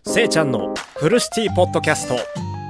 せいちゃんのフルシティポッドキャスト。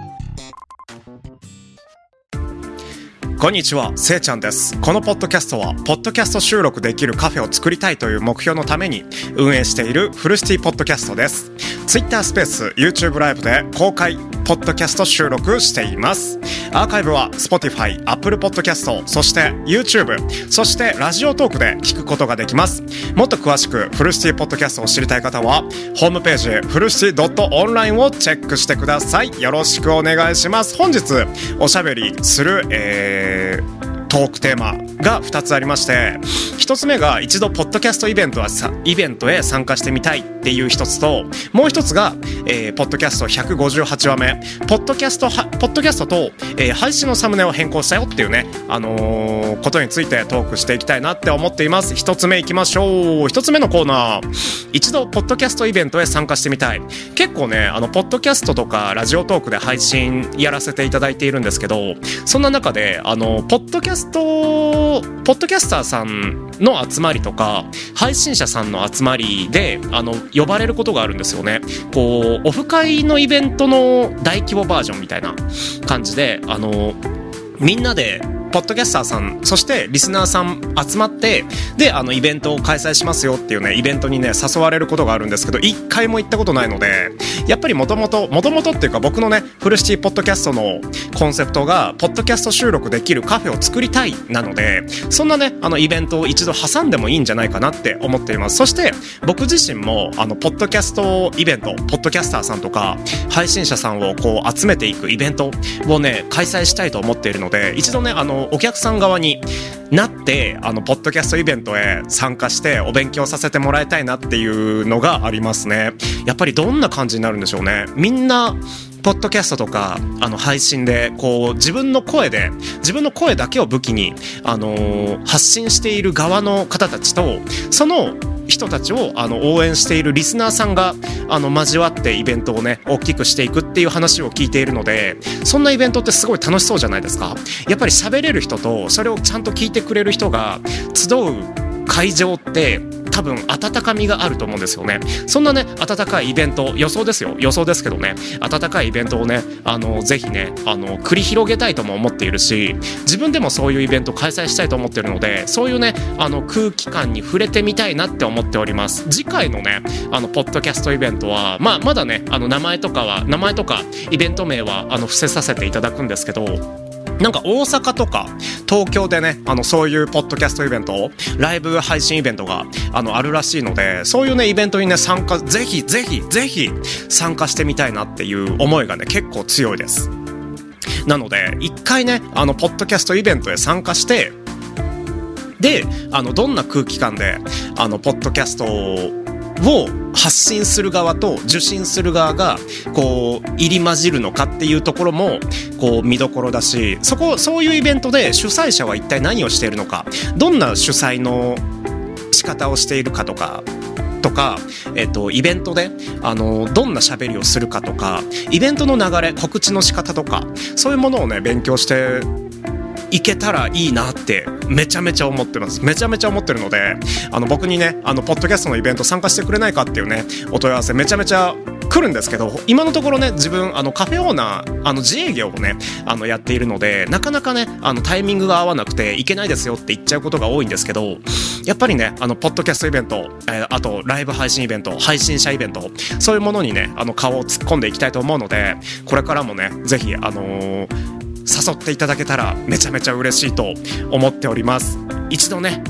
こんにちは、せいちゃんです。このポッドキャストはポッドキャスト収録できるカフェを作りたいという目標のために運営しているフルシティポッドキャストです。 Twitter スペース YouTube ライブで公開ポッドキャスト収録しています。アーカイブは Spotify、Apple Podcast、そして YouTube、そしてラジオトークで聞くことができます。もっと詳しくフルシティポッドキャストを知りたい方はホームページフルシティ .online をチェックしてください。よろしくお願いします。本日おしゃべりする、トークテーマが2つありまして、1つ目が一度ポッドキャストイベントへ参加してみたいっていう1つと、もう1つが、ポッドキャスト158話目ポッドキャストと、配信のサムネを変更したよっていうね、ことについてトークしていきたいなって思っています。1つ目いきましょう。1つ目のコーナー、一度ポッドキャストイベントへ参加してみたい。結構ね、ポッドキャストとかラジオトークで配信やらせていただいているんですけど、そんな中でポッドキャスターさんの集まりとか配信者さんの集まりで呼ばれることがあるんですよね。こうオフ会のイベントの大規模バージョンみたいな感じでみんなでポッドキャスターさん、そしてリスナーさん集まって、でイベントを開催しますよっていうね、イベントにね誘われることがあるんですけど、一回も行ったことないので、やっぱりもともとっていうか、僕のねフルシティポッドキャストのコンセプトがポッドキャスト収録できるカフェを作りたいなので、そんなねイベントを一度挟んでもいいんじゃないかなって思っています。そして僕自身もポッドキャストイベント、ポッドキャスターさんとか配信者さんをこう集めていくイベントをね開催したいと思っているので、一度ねお客さん側になってポッドキャストイベントへ参加してお勉強させてもらいたいなっていうのがありますね。やっぱりどんな感じになるんでしょうね。みんなポッドキャストとか配信でこう自分の声だけを武器に発信している側の方たちと、その人たちを応援しているリスナーさんが交わってイベントをね大きくしていくっていう話を聞いているので、そんなイベントってすごい楽しそうじゃないですか。やっぱり喋れる人とそれをちゃんと聞いてくれる人が集う会場って多分温かみがあると思うんですよね。そんなね温かいイベント、予想ですけどね、温かいイベントをねぜひね繰り広げたいとも思っているし、自分でもそういうイベント開催したいと思っているので、そういうね空気感に触れてみたいなって思っております。次回のねポッドキャストイベントはまだね名前とかイベント名は伏せさせていただくんですけど、なんか大阪とか東京でねそういうポッドキャストイベント、ライブ配信イベントがあるらしいので、そういうねイベントにねぜひ参加してみたいなっていう思いがね結構強いです。なので一回ねポッドキャストイベントへ参加して、でどんな空気感でポッドキャストを発信する側と受信する側がこう入り混じるのかっていうところもこう見どころだし、そういうイベントで主催者は一体何をしているのか、どんな主催の仕方をしているかとか、イベントでどんな喋りをするかとか、イベントの流れ、告知の仕方とか、そういうものをね勉強していけたらいいなってめちゃめちゃ思ってます。めちゃめちゃ思ってるので、僕にねポッドキャストのイベント参加してくれないかっていうねお問い合わせめちゃめちゃ来るんですけど、今のところね自分カフェオーナー自営業をねやっているので、なかなかねタイミングが合わなくていけないですよって言っちゃうことが多いんですけど、やっぱりねポッドキャストイベント、あとライブ配信イベント、配信者イベント、そういうものにね顔を突っ込んでいきたいと思うので、これからもねぜひ誘っていただけたらめちゃめちゃ嬉しいと思っております。一度ね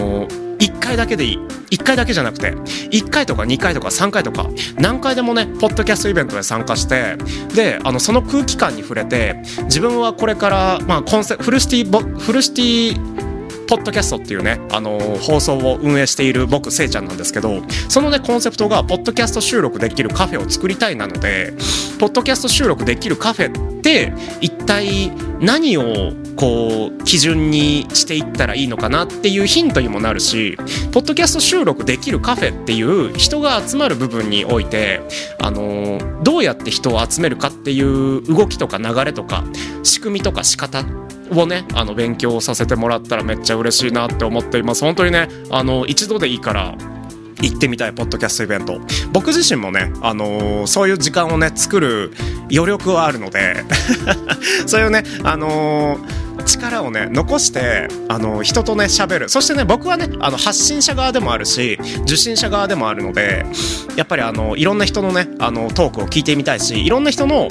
1回だけでいい、1回だけじゃなくて1回とか2回とか3回とか何回でもねポッドキャストイベントで参加して、でその空気感に触れて、自分はこれからフルシティポッドキャストっていうね放送を運営している僕せいちゃんなんですけど、そのねコンセプトがポッドキャスト収録できるカフェを作りたいなので、ポッドキャスト収録できるカフェって一体何をこう基準にしていったらいいのかなっていうヒントにもなるし、ポッドキャスト収録できるカフェっていう人が集まる部分においてどうやって人を集めるかっていう動きとか流れとか仕組みとか仕方をね勉強させてもらったらめっちゃ嬉しいなって思っています。本当にね一度でいいから行ってみたいポッドキャストイベント、僕自身もね、そういう時間をね作る余力はあるのでそういうね、力をね残して人とね喋る。そしてね、僕はね発信者側でもあるし受信者側でもあるので、やっぱりいろんな人のねトークを聞いてみたいし、いろんな人の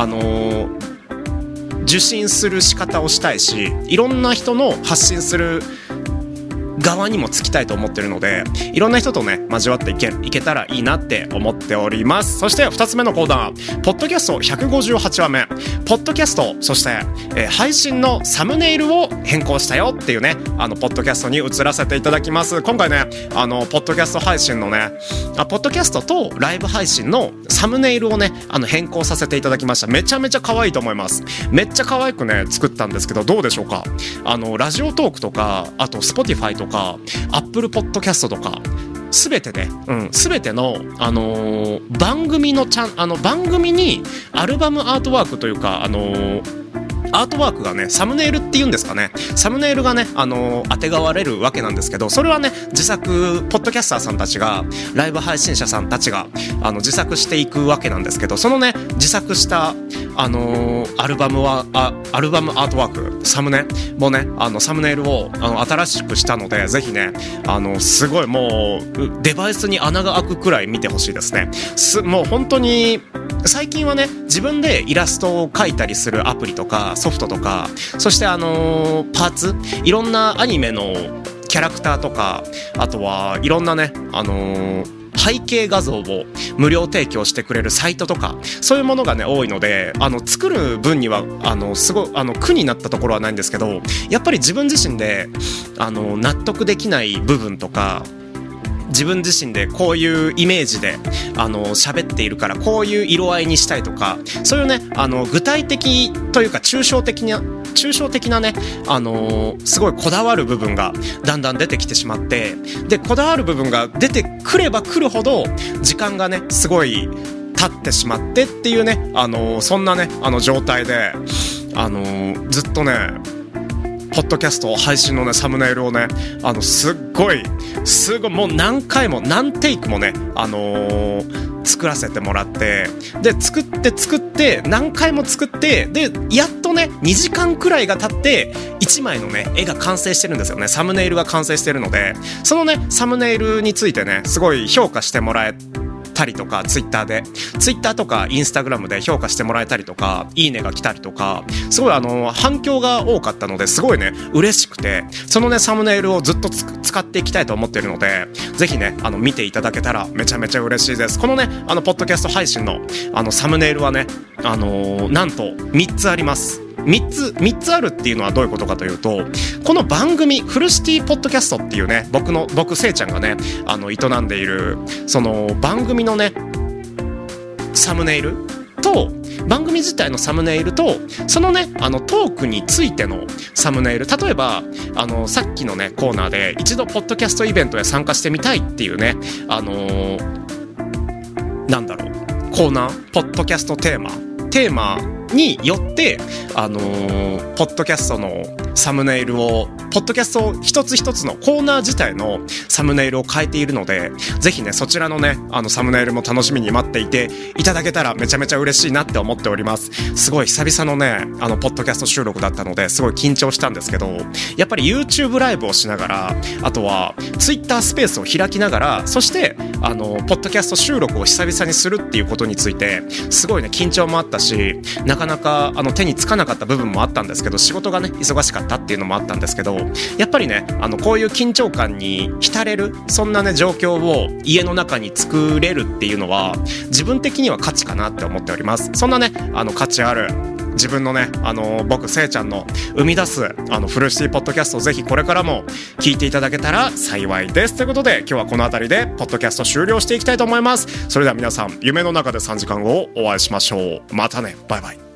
受信する仕方をしたいし、いろんな人の発信する側にもつきたいと思ってるので、いろんな人とね交わっていけたらいいなって思っております。そして2つ目のコーナー、ポッドキャスト158話目、ポッドキャスト、そして、配信のサムネイルを変更したよっていうね、ポッドキャストに移らせていただきます。今回ねポッドキャスト配信のねポッドキャストとライブ配信のサムネイルをね変更させていただきました。めちゃめちゃ可愛いと思います。めっちゃ可愛くね作ったんですけど、どうでしょうか。ラジオトークとか、あと Spotify とかApple Podcast とかすべてね、すべての、番組の番組にアルバムアートワークというか、アートワークがね、サムネイルっていうんですかね、サムネイルがね、あてがわれるわけなんですけど、それはね自作ポッドキャスターさんたちが、ライブ配信者さんたちが自作していくわけなんですけど、そのね自作したアルバムアートワーク、サムネもねサムネイルを新しくしたので、ぜひねすごいもうデバイスに穴が開くくらい見てほしいですね。もう本当に最近はね自分でイラストを描いたりするアプリとかソフトとか、そしてパーツ、いろんなアニメのキャラクターとか、あとはいろんなね背景画像を無料提供してくれるサイトとか、そういうものがね多いので、作る分にはすごい苦になったところはないんですけど、やっぱり自分自身で納得できない部分とか、自分自身でこういうイメージで喋っているからこういう色合いにしたいとか、そういうね具体的というか抽象的なねすごいこだわる部分がだんだん出てきてしまって、でこだわる部分が出てくればくるほど時間がねすごい経ってしまってっていうねそんなね状態でずっとねポッドキャスト配信のねサムネイルをねすっごいもう何回も何テイクもね作らせてもらって、で作って何回も作って、でやっとね2時間くらいが経って1枚のね絵が完成してるんですよね。サムネイルが完成してるので、そのねサムネイルについてねすごい評価してもらえたりとか、ツイッターとかインスタグラムで評価してもらえたりとか、いいねが来たりとか、すごい反響が多かったので、すごいね嬉しくて、そのねサムネイルをずっと使っていきたいと思っているので、ぜひね見ていただけたらめちゃめちゃ嬉しいです。このねポッドキャスト配信のサムネイルはねなんと3つあります。3つあるっていうのはどういうことかというと、この番組フルシティポッドキャストっていうね、僕せいちゃんがね営んでいるその番組のねサムネイルと、番組自体のサムネイルと、そのねトークについてのサムネイル、例えばさっきのねコーナーで一度ポッドキャストイベントへ参加してみたいっていうねなんだろう、コーナー、ポッドキャストテーマによってポッドキャストのサムネイルを、ポッドキャスト一つ一つのコーナー自体のサムネイルを変えているので、ぜひねそちらのねサムネイルも楽しみに待っていていただけたらめちゃめちゃ嬉しいなって思っております。すごい久々のねポッドキャスト収録だったのですごい緊張したんですけど、やっぱり YouTube ライブをしながら、あとは Twitter スペースを開きながら、そしてポッドキャスト収録を久々にするっていうことについてすごいね緊張もあったし、なかなか手につかなかった部分もあったんですけど、仕事がね忙しかったっていうのもあったんですけど、やっぱりねこういう緊張感に浸れる、そんなね状況を家の中に作れるっていうのは自分的には価値かなって思っております。そんなね価値ある自分のね僕せいちゃんの生み出すフルシティポッドキャストをぜひこれからも聞いていただけたら幸いです。ということで今日はこの辺りでポッドキャスト終了していきたいと思います。それでは皆さん夢の中で3時間後お会いしましょう。またね、バイバイ。